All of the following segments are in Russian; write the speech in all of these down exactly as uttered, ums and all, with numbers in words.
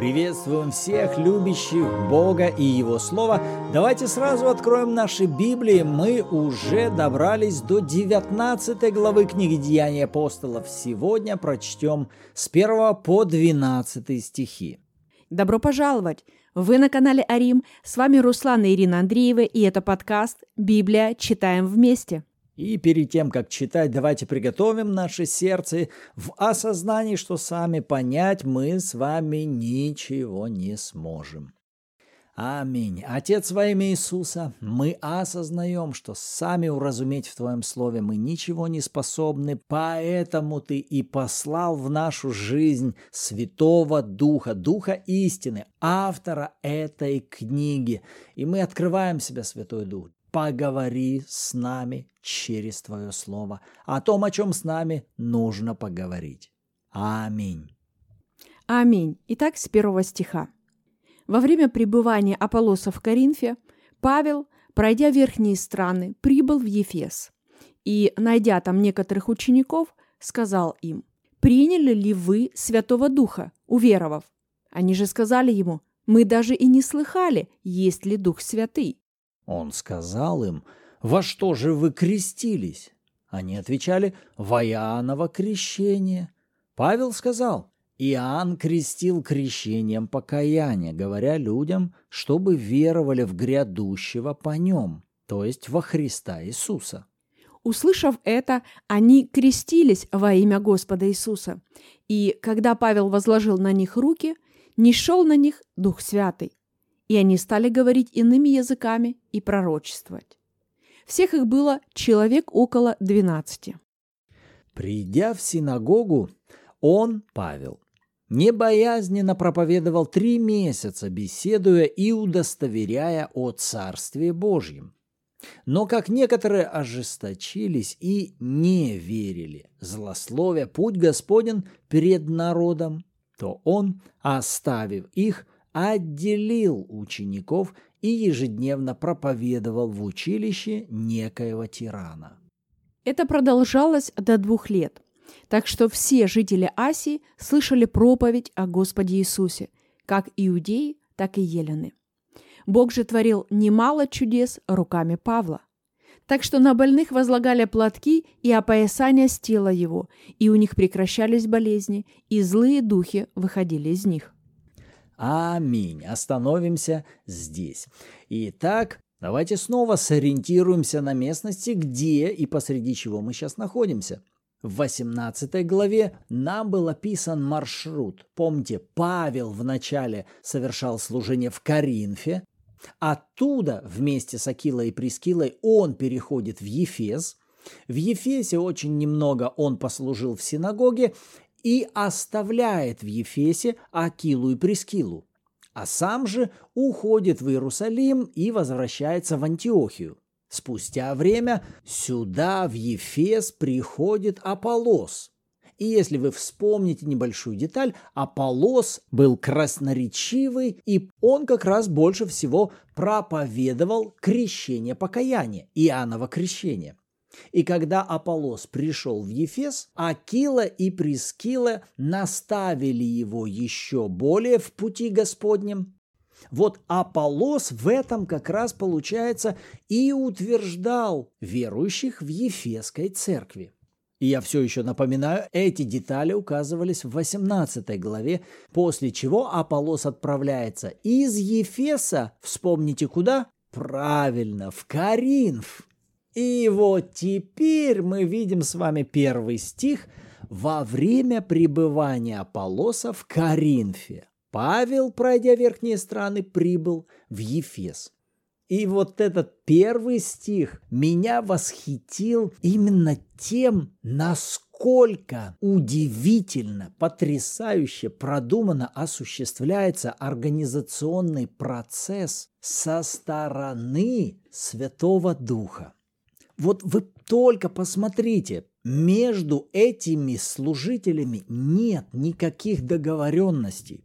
Приветствуем всех любящих Бога и Его Слово. Давайте сразу откроем наши Библии. Мы уже добрались до девятнадцатой главы книги «Деяния апостолов». Сегодня прочтем с первого по двенадцатый стихи. Добро пожаловать! Вы на канале Арим. С вами Руслан и Ирина Андреева, и это подкаст «Библия. Читаем вместе». И перед тем, как читать, давайте приготовим наше сердце в осознании, что сами понять мы с вами ничего не сможем. Аминь. Отец, во имя Иисуса, мы осознаем, что сами уразуметь в Твоем Слове мы ничего не способны, поэтому Ты и послал в нашу жизнь Святого Духа, Духа истины, автора этой книги. И мы открываем себя, Святой Дух. Поговори с нами через Твое Слово о том, о чем с нами нужно поговорить. Аминь. Аминь. Итак, с первого стиха. Во время пребывания Аполлоса в Коринфе Павел, пройдя верхние страны, прибыл в Ефес и, найдя там некоторых учеников, сказал им: «Приняли ли вы Святого Духа, уверовав?» Они же сказали ему: «Мы даже и не слыхали, есть ли Дух Святый». Он сказал им: «Во что же вы крестились?» Они отвечали: «Во Иоанново крещение». Павел сказал: «Иоанн крестил крещением покаяния, говоря людям, чтобы веровали в грядущего по нем, то есть во Христа Иисуса». Услышав это, они крестились во имя Господа Иисуса. И когда Павел возложил на них руки, нишел на них Дух Святый. И они стали говорить иными языками и пророчествовать. Всех их было человек около двенадцати. Придя в синагогу, он, Павел, небоязненно проповедовал три месяца, беседуя и удостоверяя о Царстве Божьем. Но как некоторые ожесточились и не верили, злословя путь Господень перед народом, то он, оставив их, отделил учеников и ежедневно проповедовал в училище некоего тирана. Это продолжалось до двух лет, так что все жители Асии слышали проповедь о Господе Иисусе, как иудеи, так и елены. Бог же творил немало чудес руками Павла. Так что на больных возлагали платки и опоясания с тела его, и у них прекращались болезни, и злые духи выходили из них. Аминь. Остановимся здесь. Итак, давайте снова сориентируемся на местности, где и посреди чего мы сейчас находимся. В восемнадцатой главе нам был описан маршрут. Помните, Павел вначале совершал служение в Коринфе. Оттуда вместе с Акилой и Прискилой он переходит в Ефес. В Ефесе очень немного он послужил в синагоге и оставляет в Ефесе Акилу и Прискилу, а сам же уходит в Иерусалим и возвращается в Антиохию. Спустя время сюда, в Ефес, приходит Аполлос. И если вы вспомните небольшую деталь, Аполлос был красноречивый, и он как раз больше всего проповедовал крещение покаяния, Иоанново крещение. И когда Аполлос пришел в Ефес, Акила и Прискила наставили его еще более в пути Господнем. Вот Аполлос в этом как раз, получается, и утверждал верующих в Ефесской церкви. И я все еще напоминаю, эти детали указывались в восемнадцатой главе, после чего Аполлос отправляется из Ефеса, вспомните куда? Правильно, в Коринф. И вот теперь мы видим с вами первый стих. Во время пребывания Аполлоса в Коринфе Павел, пройдя верхние страны, прибыл в Ефес. И вот этот первый стих меня восхитил именно тем, насколько удивительно, потрясающе продуманно осуществляется организационный процесс со стороны Святого Духа. Вот вы только посмотрите, между этими служителями нет никаких договоренностей.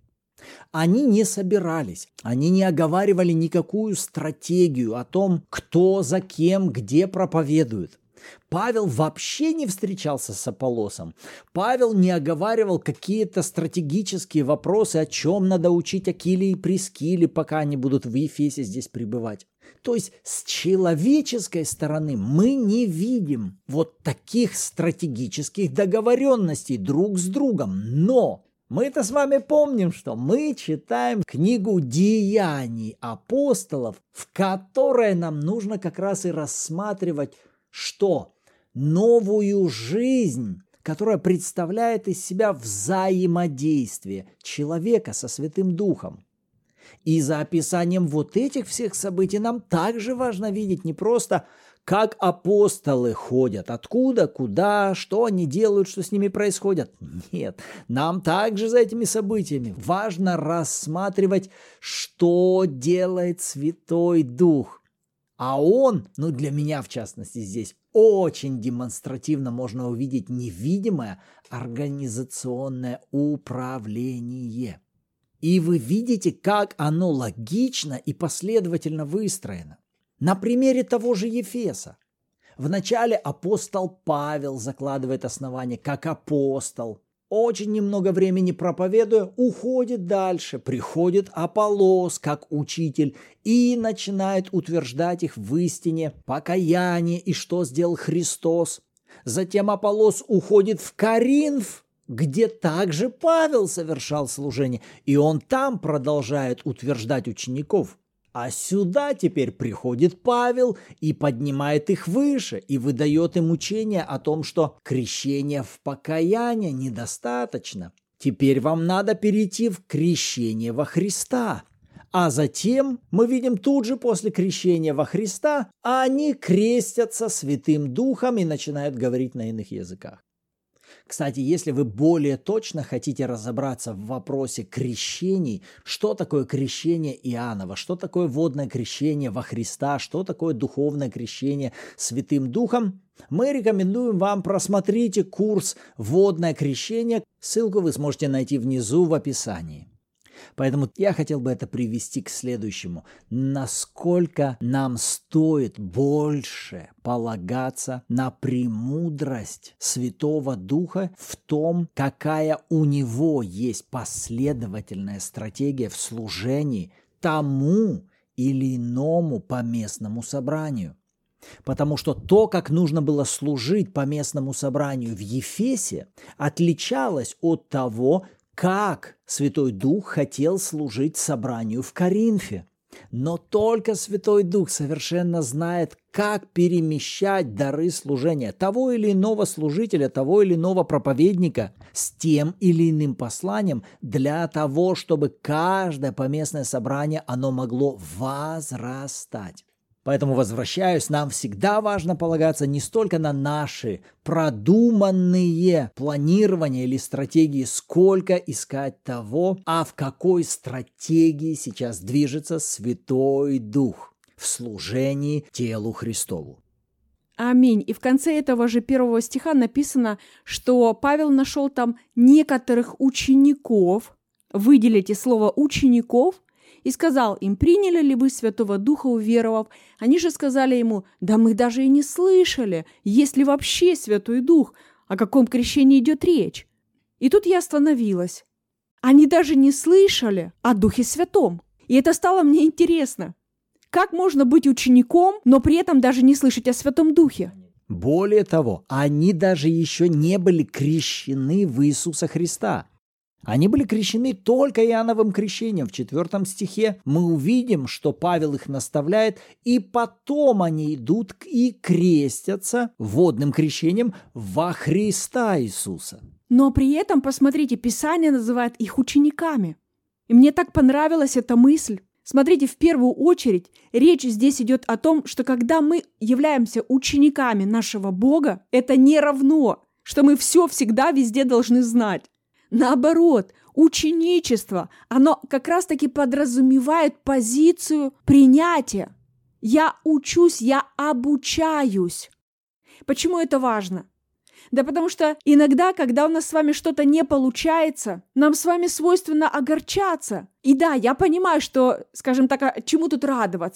Они не собирались, они не оговаривали никакую стратегию о том, кто за кем, где проповедует. Павел вообще не встречался с Аполлосом. Павел не оговаривал какие-то стратегические вопросы, о чем надо учить Акиле и Прискиле, пока они будут в Ефесе здесь пребывать. То есть с человеческой стороны мы не видим вот таких стратегических договоренностей друг с другом. Но мы-то с вами помним, что мы читаем книгу «Деяний апостолов», в которой нам нужно как раз и рассматривать, что новую жизнь, которая представляет из себя взаимодействие человека со Святым Духом. И за описанием вот этих всех событий нам также важно видеть не просто, как апостолы ходят, откуда, куда, что они делают, что с ними происходит. Нет, нам также за этими событиями важно рассматривать, что делает Святой Дух. А он, ну для меня в частности здесь, очень демонстративно можно увидеть невидимое организационное управление. И вы видите, как оно логично и последовательно выстроено. На примере того же Ефеса. Вначале апостол Павел закладывает основание как апостол. Очень немного времени проповедуя, уходит дальше. Приходит Аполлос как учитель и начинает утверждать их в истине, покаяние и что сделал Христос. Затем Аполлос уходит в Коринф, где также Павел совершал служение, и он там продолжает утверждать учеников. А сюда теперь приходит Павел и поднимает их выше, и выдает им учение о том, что крещение в покаяние недостаточно. Теперь вам надо перейти в крещение во Христа. А затем мы видим тут же после крещения во Христа, они крестятся Святым Духом и начинают говорить на иных языках. Кстати, если вы более точно хотите разобраться в вопросе крещений, что такое крещение Иоаннова, что такое водное крещение во Христа, что такое духовное крещение Святым Духом, мы рекомендуем вам просмотрите курс «Водное крещение». Ссылку вы сможете найти внизу в описании. Поэтому я хотел бы это привести к следующему. Насколько нам стоит больше полагаться на премудрость Святого Духа в том, какая у Него есть последовательная стратегия в служении тому или иному поместному собранию. Потому что то, как нужно было служить поместному собранию в Ефесе, отличалось от того, как Святой Дух хотел служить собранию в Коринфе. Но только Святой Дух совершенно знает, как перемещать дары служения того или иного служителя, того или иного проповедника с тем или иным посланием для того, чтобы каждое поместное собрание оно могло возрастать. Поэтому, возвращаюсь, нам всегда важно полагаться не столько на наши продуманные планирования или стратегии, сколько искать того, а в какой стратегии сейчас движется Святой Дух в служении телу Христову. Аминь. И в конце этого же первого стиха написано, что Павел нашел там некоторых учеников, выделите слово «учеников», и сказал им: приняли ли вы Святого Духа, уверовав? Они же сказали ему: да мы даже и не слышали, есть ли вообще Святой Дух, о каком крещении идет речь. И тут я остановилась. Они даже не слышали о Духе Святом. И это стало мне интересно. Как можно быть учеником, но при этом даже не слышать о Святом Духе? Более того, они даже еще не были крещены в Иисуса Христа. Они были крещены только Иоанновым крещением. В четвертом стихе мы увидим, что Павел их наставляет, и потом они идут и крестятся водным крещением во Христа Иисуса. Но при этом, посмотрите, Писание называет их учениками. И мне так понравилась эта мысль. Смотрите, в первую очередь речь здесь идет о том, что когда мы являемся учениками нашего Бога, это не равно, что мы все всегда везде должны знать. Наоборот, ученичество, оно как раз-таки подразумевает позицию принятия. Я учусь, я обучаюсь. Почему это важно? Да потому что иногда, когда у нас с вами что-то не получается, нам с вами свойственно огорчаться. И да, я понимаю, что, скажем так, чему тут радоваться.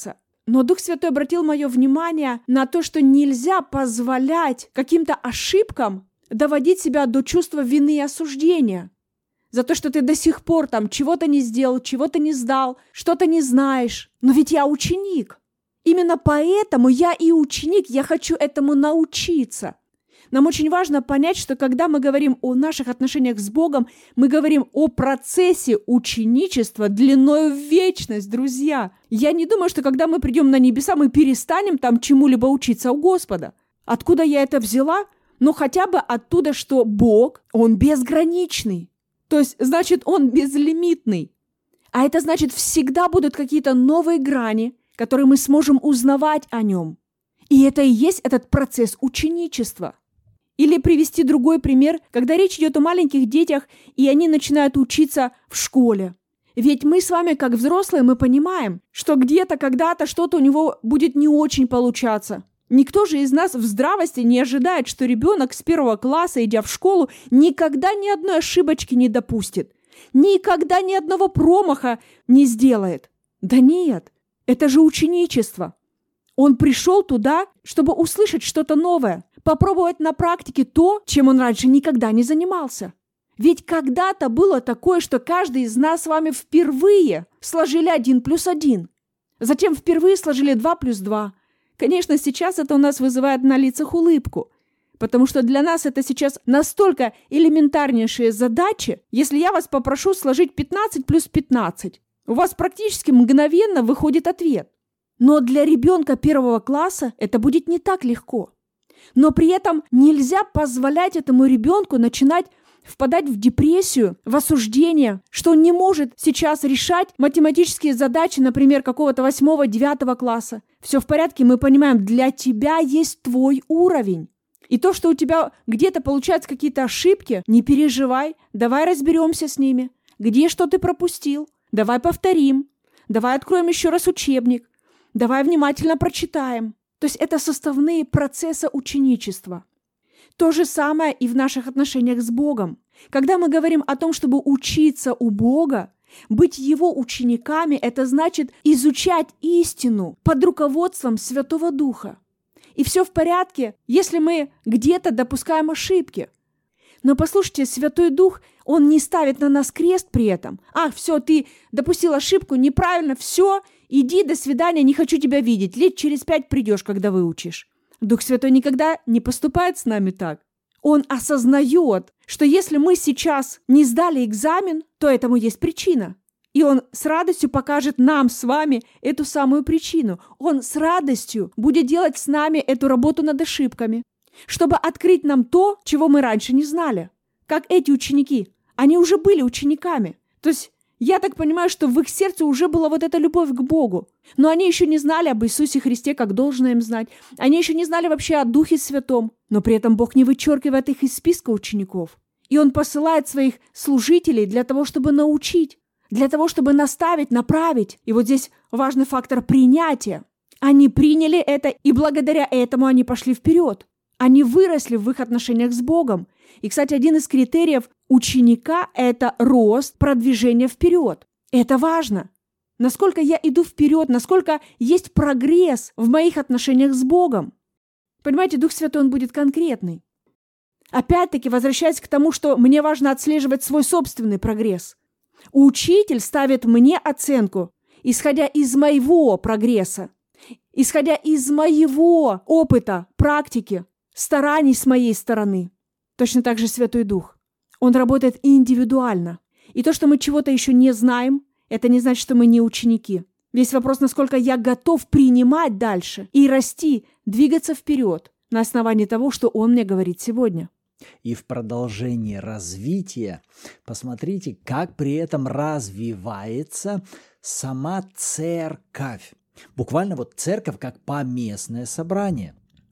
Но Дух Святой обратил мое внимание на то, что нельзя позволять каким-то ошибкам доводить себя до чувства вины и осуждения за то, что ты до сих пор там чего-то не сделал, чего-то не сдал, что-то не знаешь. Но ведь я ученик. Именно поэтому я и ученик, я хочу этому научиться. Нам очень важно понять, что когда мы говорим о наших отношениях с Богом, мы говорим о процессе ученичества длиною в вечность, друзья. Я не думаю, что когда мы придем на небеса, мы перестанем там чему-либо учиться у Господа. Откуда я это взяла? Ну, хотя бы оттуда, что Бог, Он безграничный. То есть, значит, Он безлимитный. А это значит, всегда будут какие-то новые грани, которые мы сможем узнавать о Нем. И это и есть этот процесс ученичества. Или привести другой пример, когда речь идет о маленьких детях, и они начинают учиться в школе. Ведь мы с вами, как взрослые, мы понимаем, что где-то, когда-то что-то у него будет не очень получаться. Никто же из нас в здравости не ожидает, что ребенок с первого класса, идя в школу, никогда ни одной ошибочки не допустит, никогда ни одного промаха не сделает. Да нет, это же ученичество. Он пришел туда, чтобы услышать что-то новое, попробовать на практике то, чем он раньше никогда не занимался. Ведь когда-то было такое, что каждый из нас с вами впервые сложили один плюс один. Затем впервые сложили два плюс два. Конечно, сейчас это у нас вызывает на лицах улыбку, потому что для нас это сейчас настолько элементарнейшие задачи. Если я вас попрошу сложить пятнадцать плюс пятнадцать, у вас практически мгновенно выходит ответ. Но для ребенка первого класса это будет не так легко. Но при этом нельзя позволять этому ребенку начинать впадать в депрессию, в осуждение, что он не может сейчас решать математические задачи, например, какого-то восьмого-девятого класса. Все в порядке, мы понимаем, для тебя есть твой уровень. И то, что у тебя где-то получаются какие-то ошибки, не переживай, давай разберемся с ними. Где что ты пропустил? Давай повторим. Давай откроем еще раз учебник. Давай внимательно прочитаем. То есть это составные процесса ученичества. То же самое и в наших отношениях с Богом. Когда мы говорим о том, чтобы учиться у Бога, быть Его учениками, это значит изучать истину под руководством Святого Духа. И все в порядке, если мы где-то допускаем ошибки. Но послушайте, Святой Дух, Он не ставит на нас крест при этом. Ах, все, ты допустил ошибку, неправильно, все, иди, до свидания, не хочу тебя видеть. Лет через пять придешь, когда выучишь. Дух Святой никогда не поступает с нами так. Он осознает, что если мы сейчас не сдали экзамен, то этому есть причина. И Он с радостью покажет нам с вами эту самую причину. Он с радостью будет делать с нами эту работу над ошибками, чтобы открыть нам то, чего мы раньше не знали. Как эти ученики. Они уже были учениками. То есть я так понимаю, что в их сердце уже была вот эта любовь к Богу. Но они еще не знали об Иисусе Христе, как должно им знать. Они еще не знали вообще о Духе Святом. Но при этом Бог не вычеркивает их из списка учеников. И Он посылает своих служителей для того, чтобы научить, для того, чтобы наставить, направить. И вот здесь важный фактор принятия. Они приняли это, и благодаря этому они пошли вперед. Они выросли в их отношениях с Богом. И, кстати, один из критериев ученика – это рост, продвижение вперед. Это важно. Насколько я иду вперед, насколько есть прогресс в моих отношениях с Богом. Понимаете, Дух Святой, Он будет конкретный. Опять-таки, возвращаясь к тому, что мне важно отслеживать свой собственный прогресс. Учитель ставит мне оценку, исходя из моего прогресса, исходя из моего опыта, практики, стараний с моей стороны. Точно так же Святой Дух. Он работает индивидуально. И то, что мы чего-то еще не знаем, это не значит, что мы не ученики. Весь вопрос, насколько я готов принимать дальше и расти, двигаться вперед на основании того, что Он мне говорит сегодня. И в продолжении развития посмотрите, как при этом развивается сама церковь. Буквально вот церковь как поместное собрание.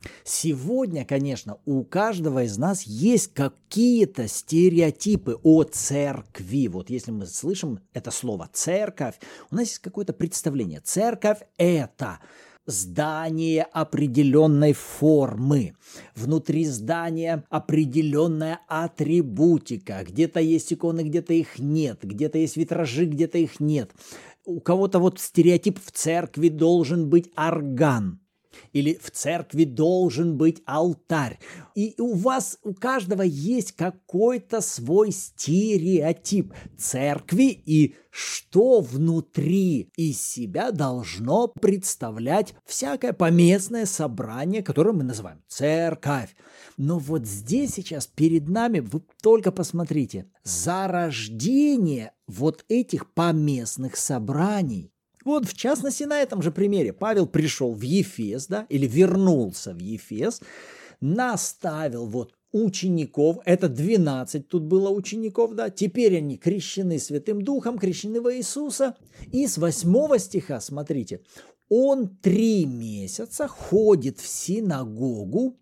Сегодня, конечно, у каждого из нас есть какие-то стереотипы о церкви. Вот если мы слышим это слово «церковь», у нас есть какое-то представление. Церковь – это здание определенной формы. Внутри здания определенная атрибутика. Где-то есть иконы, где-то их нет. Где-то есть витражи, где-то их нет. у кого-то вот стереотип: в церкви должен быть орган. Или в церкви должен быть алтарь. И у вас, у каждого есть какой-то свой стереотип церкви и что внутри из себя должно представлять всякое поместное собрание, которое мы называем церковь. Но вот здесь сейчас перед нами, вы только посмотрите, зарождение вот этих поместных собраний. Вот, в частности, на этом же примере Павел пришел в Ефес, да, или вернулся в Ефес, наставил вот учеников, это двенадцать тут было учеников, да, теперь они крещены Святым Духом, крещены во Иисуса, и с восьмого стиха, смотрите, он три месяца ходит в синагогу,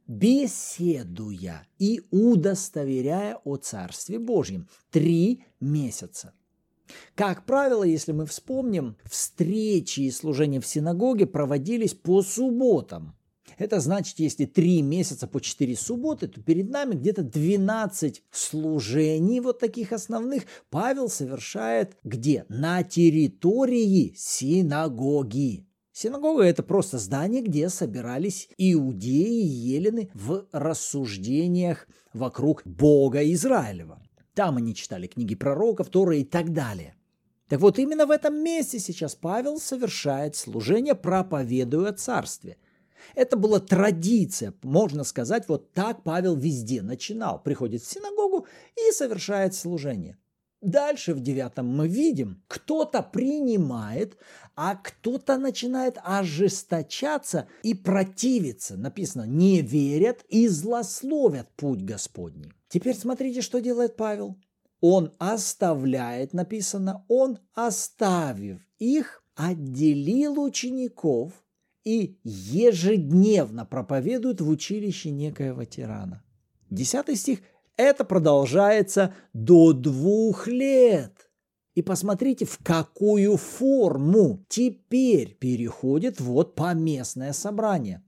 беседуя и удостоверяя о Царстве Божьем. Три месяца. Как правило, если мы вспомним, встречи и служения в синагоге проводились по субботам. Это значит, если три месяца по четыре субботы, то перед нами где-то двенадцать служений вот таких основных Павел совершает где? На территории синагоги. Синагога – это просто здание, где собирались иудеи и елены в рассуждениях вокруг Бога Израилева. Там они читали книги пророков, Торы и так далее. Так вот, именно в этом месте сейчас Павел совершает служение, проповедуя о царстве. Это была традиция, можно сказать, вот так Павел везде начинал. Приходит в синагогу и совершает служение. Дальше в девятом мы видим, кто-то принимает, а кто-то начинает ожесточаться и противиться. Написано, не верят и злословят путь Господний. Теперь смотрите, что делает Павел. Он оставляет, написано, он, оставив их, отделил учеников и ежедневно проповедует в училище некоего тирана. Десятый стих. Это продолжается до двух лет. И посмотрите, в какую форму теперь переходит вот поместное собрание.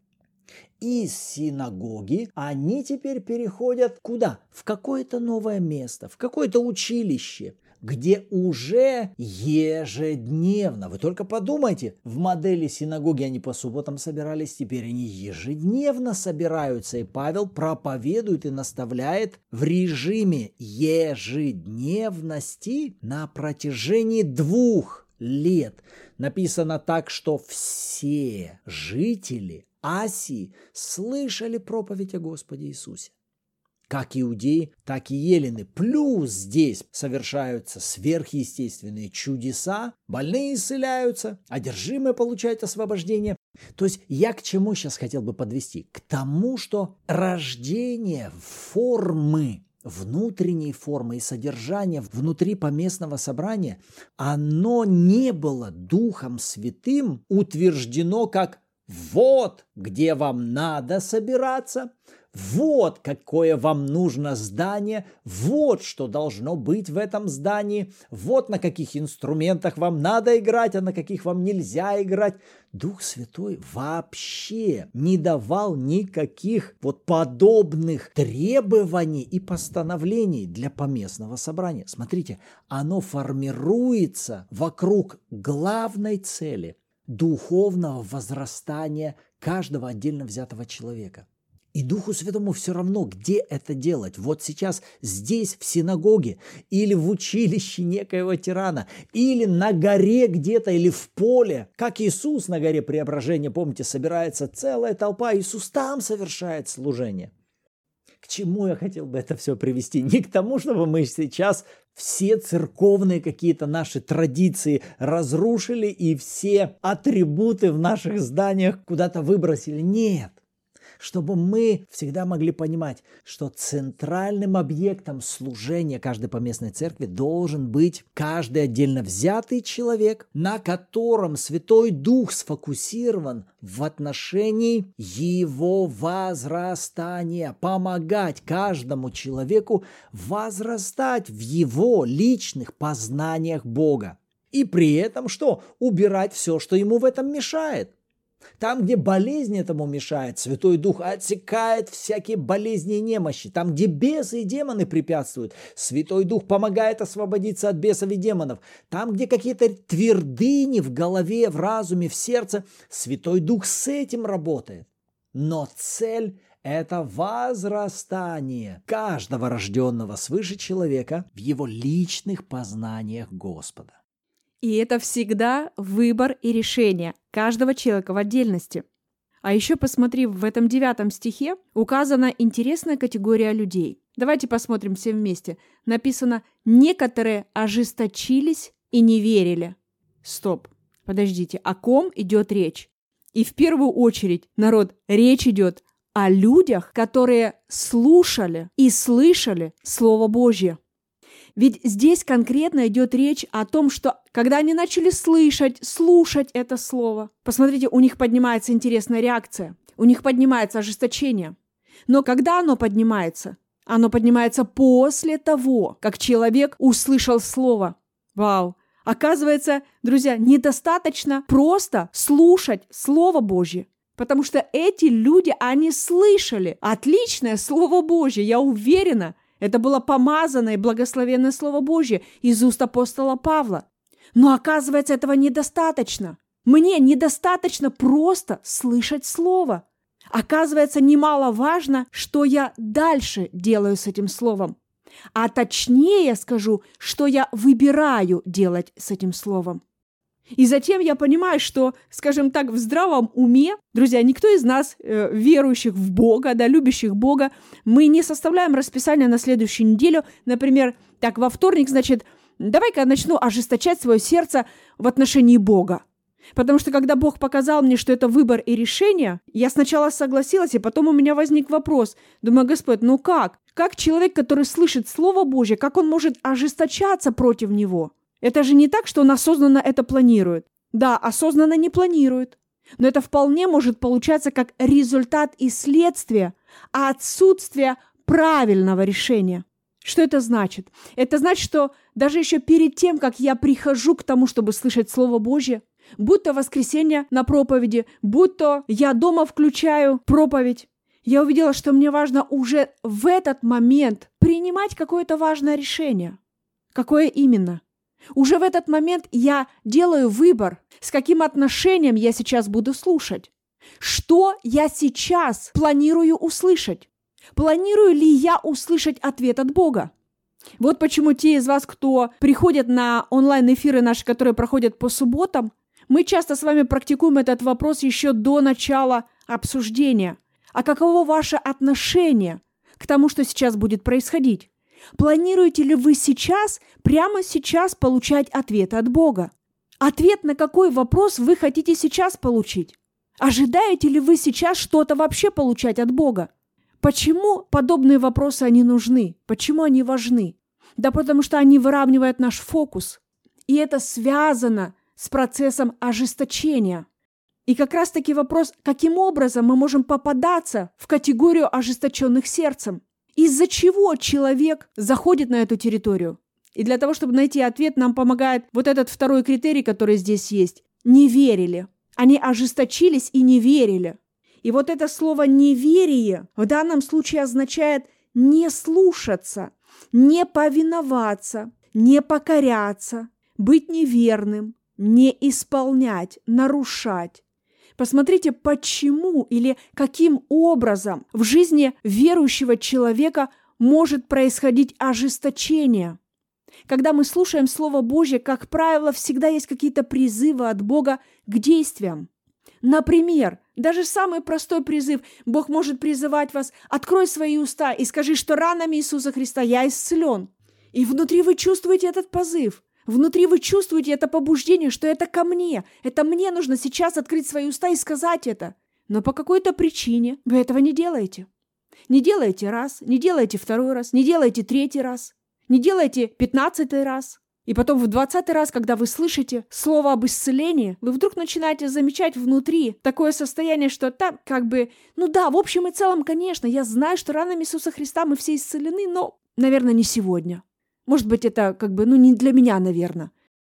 Из синагоги они теперь переходят куда? В какое-то новое место, в какое-то училище, где уже ежедневно, вы только подумайте, в модели синагоги они по субботам собирались, теперь они ежедневно собираются, и Павел проповедует и наставляет в режиме ежедневности на протяжении двух лет. Написано так, что все жители Асии слышали проповедь о Господе Иисусе. Как иудеи, так и елены. Плюс здесь совершаются сверхъестественные чудеса, больные исцеляются, одержимые получают освобождение. То есть я к чему сейчас хотел бы подвести? К тому, что рождение формы, внутренней формы и содержания внутри поместного собрания, оно не было Духом Святым утверждено как «вот где вам надо собираться», вот какое вам нужно здание, вот что должно быть в этом здании, вот на каких инструментах вам надо играть, а на каких вам нельзя играть. Дух Святой вообще не давал никаких вот подобных требований и постановлений для поместного собрания. Смотрите, оно формируется вокруг главной цели – духовного возрастания каждого отдельно взятого человека. И Духу Святому все равно, где это делать. Вот сейчас здесь, в синагоге, или в училище некоего тирана, или на горе где-то, или в поле. Как Иисус на горе Преображения, помните, собирается целая толпа, Иисус там совершает служение. К чему я хотел бы это все привести? Не к тому, чтобы мы сейчас все церковные какие-то наши традиции разрушили и все атрибуты в наших зданиях куда-то выбросили. Нет. Чтобы мы всегда могли понимать, что центральным объектом служения каждой поместной церкви должен быть каждый отдельно взятый человек, на котором Святой Дух сфокусирован в отношении его возрастания, помогать каждому человеку возрастать в его личных познаниях Бога. И при этом что? Убирать все, что ему в этом мешает. Там, где болезнь этому мешает, Святой Дух отсекает всякие болезни и немощи. Там, где бесы и демоны препятствуют, Святой Дух помогает освободиться от бесов и демонов. Там, где какие-то твердыни в голове, в разуме, в сердце, Святой Дух с этим работает. Но цель – это возрастание каждого рожденного свыше человека в его личных познаниях Господа. И это всегда выбор и решение каждого человека в отдельности. А еще посмотри, в этом девятом стихе указана интересная категория людей. Давайте посмотрим все вместе. Написано: «Некоторые ожесточились и не верили». Стоп, подождите, о ком идет речь? И в первую очередь, народ, речь идет о людях, которые слушали и слышали Слово Божье. Ведь здесь конкретно идет речь о том, что когда они начали слышать, слушать это слово, посмотрите, у них поднимается интересная реакция, у них поднимается ожесточение. Но когда оно поднимается? Оно поднимается после того, как человек услышал слово. Вау! Оказывается, друзья, недостаточно просто слушать Слово Божье, потому что эти люди, они слышали отличное Слово Божье, я уверена. Это было помазанное и благословенное Слово Божье из уст апостола Павла. Но оказывается, этого недостаточно. Мне недостаточно просто слышать Слово. Оказывается, немаловажно, что я дальше делаю с этим Словом. А точнее скажу, что я выбираю делать с этим Словом. И затем я понимаю, что, скажем так, в здравом уме, друзья, никто из нас, э, верующих в Бога, да, любящих Бога, мы не составляем расписание на следующую неделю. Например, так, во вторник, значит, давай-ка я начну ожесточать свое сердце в отношении Бога. Потому что когда Бог показал мне, что это выбор и решение, я сначала согласилась, и потом у меня возник вопрос. Думаю: Господь, ну как? Как человек, который слышит Слово Божье, как он может ожесточаться против него? Это же не так, что он осознанно это планирует. Да, осознанно не планирует. Но это вполне может получаться как результат и следствие отсутствия правильного решения. Что это значит? Это значит, что даже еще перед тем, как я прихожу к тому, чтобы слышать Слово Божье, будь то воскресенье на проповеди, будь то я дома включаю проповедь, я увидела, что мне важно уже в этот момент принимать какое-то важное решение. Какое именно? Уже в этот момент я делаю выбор, с каким отношением я сейчас буду слушать. Что я сейчас планирую услышать? Планирую ли я услышать ответ от Бога? Вот почему те из вас, кто приходят на онлайн-эфиры наши, которые проходят по субботам, мы часто с вами практикуем этот вопрос еще до начала обсуждения. А каково ваше отношение к тому, что сейчас будет происходить? Планируете ли вы сейчас, прямо сейчас получать ответ от Бога? Ответ на какой вопрос вы хотите сейчас получить? Ожидаете ли вы сейчас что-то вообще получать от Бога? Почему подобные вопросы они нужны? Почему они важны? Да потому что они выравнивают наш фокус. И это связано с процессом ожесточения. И как раз-таки вопрос, каким образом мы можем попадаться в категорию ожесточенных сердцем? Из-за чего человек заходит на эту территорию? И для того, чтобы найти ответ, нам помогает вот этот второй критерий, который здесь есть. Не верили. Они ожесточились и не верили. И вот это слово «неверие» в данном случае означает не слушаться, не повиноваться, не покоряться, быть неверным, не исполнять, нарушать. Посмотрите, почему или каким образом в жизни верующего человека может происходить ожесточение. Когда мы слушаем Слово Божье, как правило, всегда есть какие-то призывы от Бога к действиям. Например, даже самый простой призыв. Бог может призывать вас: открой свои уста и скажи, что ранами Иисуса Христа я исцелен. И внутри вы чувствуете этот позыв. Внутри вы чувствуете это побуждение, что это ко мне. Это мне нужно сейчас открыть свои уста и сказать это. Но по какой-то причине вы этого не делаете. Не делаете раз, не делаете второй раз, не делаете третий раз, не делаете пятнадцатый раз. И потом в двадцатый раз, когда вы слышите слово об исцелении, вы вдруг начинаете замечать внутри такое состояние, что так как бы, ну да, в общем и целом, конечно, я знаю, что ранами Иисуса Христа мы все исцелены, но, наверное, не сегодня. Может быть, это как бы, ну не для меня, наверное.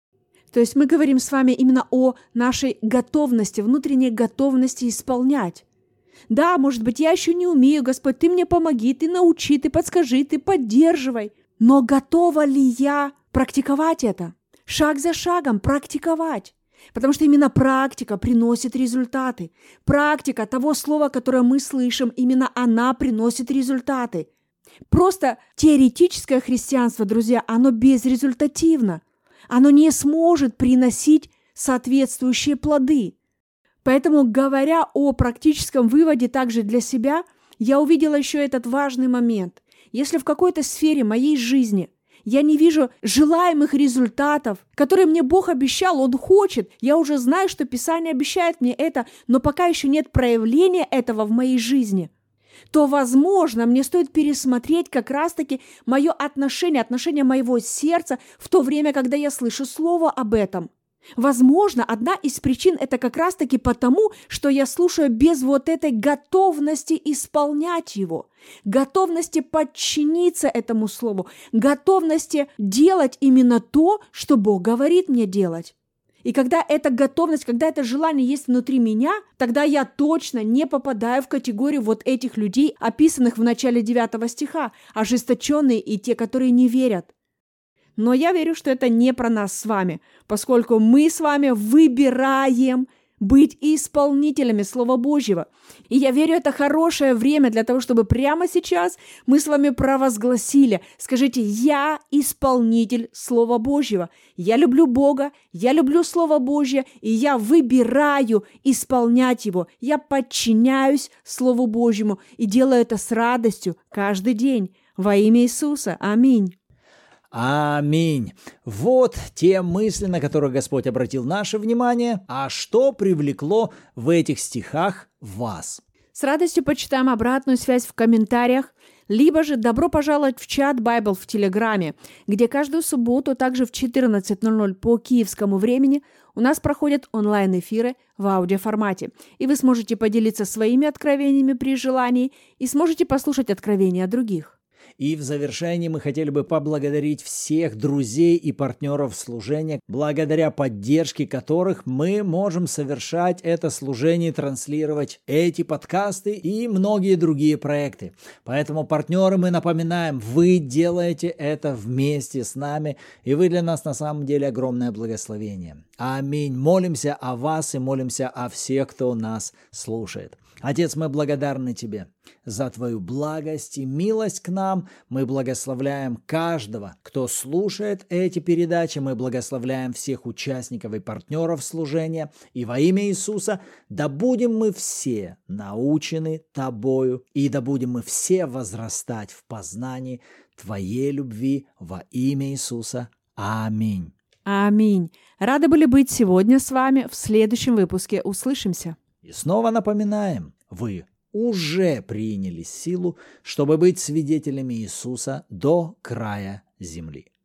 То есть мы говорим с вами именно о нашей готовности, внутренней готовности исполнять. Да, может быть, я еще не умею, Господь, Ты мне помоги, Ты научи, Ты подскажи, Ты поддерживай. Но готова ли я практиковать это? Шаг за шагом практиковать. Потому что именно практика приносит результаты. Практика того слова, которое мы слышим, именно она приносит результаты. Просто теоретическое христианство, друзья, оно безрезультативно. Оно не сможет приносить соответствующие плоды. Поэтому, говоря о практическом выводе также для себя, я увидела еще этот важный момент. Если в какой-то сфере моей жизни я не вижу желаемых результатов, которые мне Бог обещал, Он хочет, я уже знаю, что Писание обещает мне это, но пока еще нет проявления этого в моей жизни, то, возможно, мне стоит пересмотреть как раз-таки мое отношение, отношение моего сердца в то время, когда я слышу слово об этом. Возможно, одна из причин – это как раз-таки потому, что я слушаю без вот этой готовности исполнять его, готовности подчиниться этому слову, готовности делать именно то, что Бог говорит мне делать. И когда эта готовность, когда это желание есть внутри меня, тогда я точно не попадаю в категорию вот этих людей, описанных в начале девятого стиха, ожесточенные и те, которые не верят. Но я верю, что это не про нас с вами, поскольку мы с вами выбираем быть исполнителями Слова Божьего. И я верю, это хорошее время для того, чтобы прямо сейчас мы с вами провозгласили. Скажите: «Я исполнитель Слова Божьего». Я люблю Бога, я люблю Слово Божье, и я выбираю исполнять его. Я подчиняюсь Слову Божьему и делаю это с радостью каждый день. Во имя Иисуса. Аминь. Аминь. Вот те мысли, на которые Господь обратил наше внимание. А что привлекло в этих стихах вас? С радостью почитаем обратную связь в комментариях, либо же добро пожаловать в чат Bible в Телеграме, где каждую субботу, также в четырнадцать ноль ноль по киевскому времени, у нас проходят онлайн-эфиры в аудиоформате, и вы сможете поделиться своими откровениями при желании и сможете послушать откровения других. И в завершении мы хотели бы поблагодарить всех друзей и партнеров служения, благодаря поддержке которых мы можем совершать это служение, транслировать эти подкасты и многие другие проекты. Поэтому, партнеры, мы напоминаем, вы делаете это вместе с нами, и вы для нас на самом деле огромное благословение. Аминь. Молимся о вас и молимся о всех, кто нас слушает. Отец, мы благодарны Тебе за Твою благость и милость к нам. Мы благословляем каждого, кто слушает эти передачи. Мы благословляем всех участников и партнеров служения. И во имя Иисуса да будем мы все научены Тобою, и да будем мы все возрастать в познании Твоей любви во имя Иисуса. Аминь. Аминь. Рады были быть сегодня с вами. В следующем выпуске услышимся. И снова напоминаем, вы уже приняли силу, чтобы быть свидетелями Иисуса до края земли.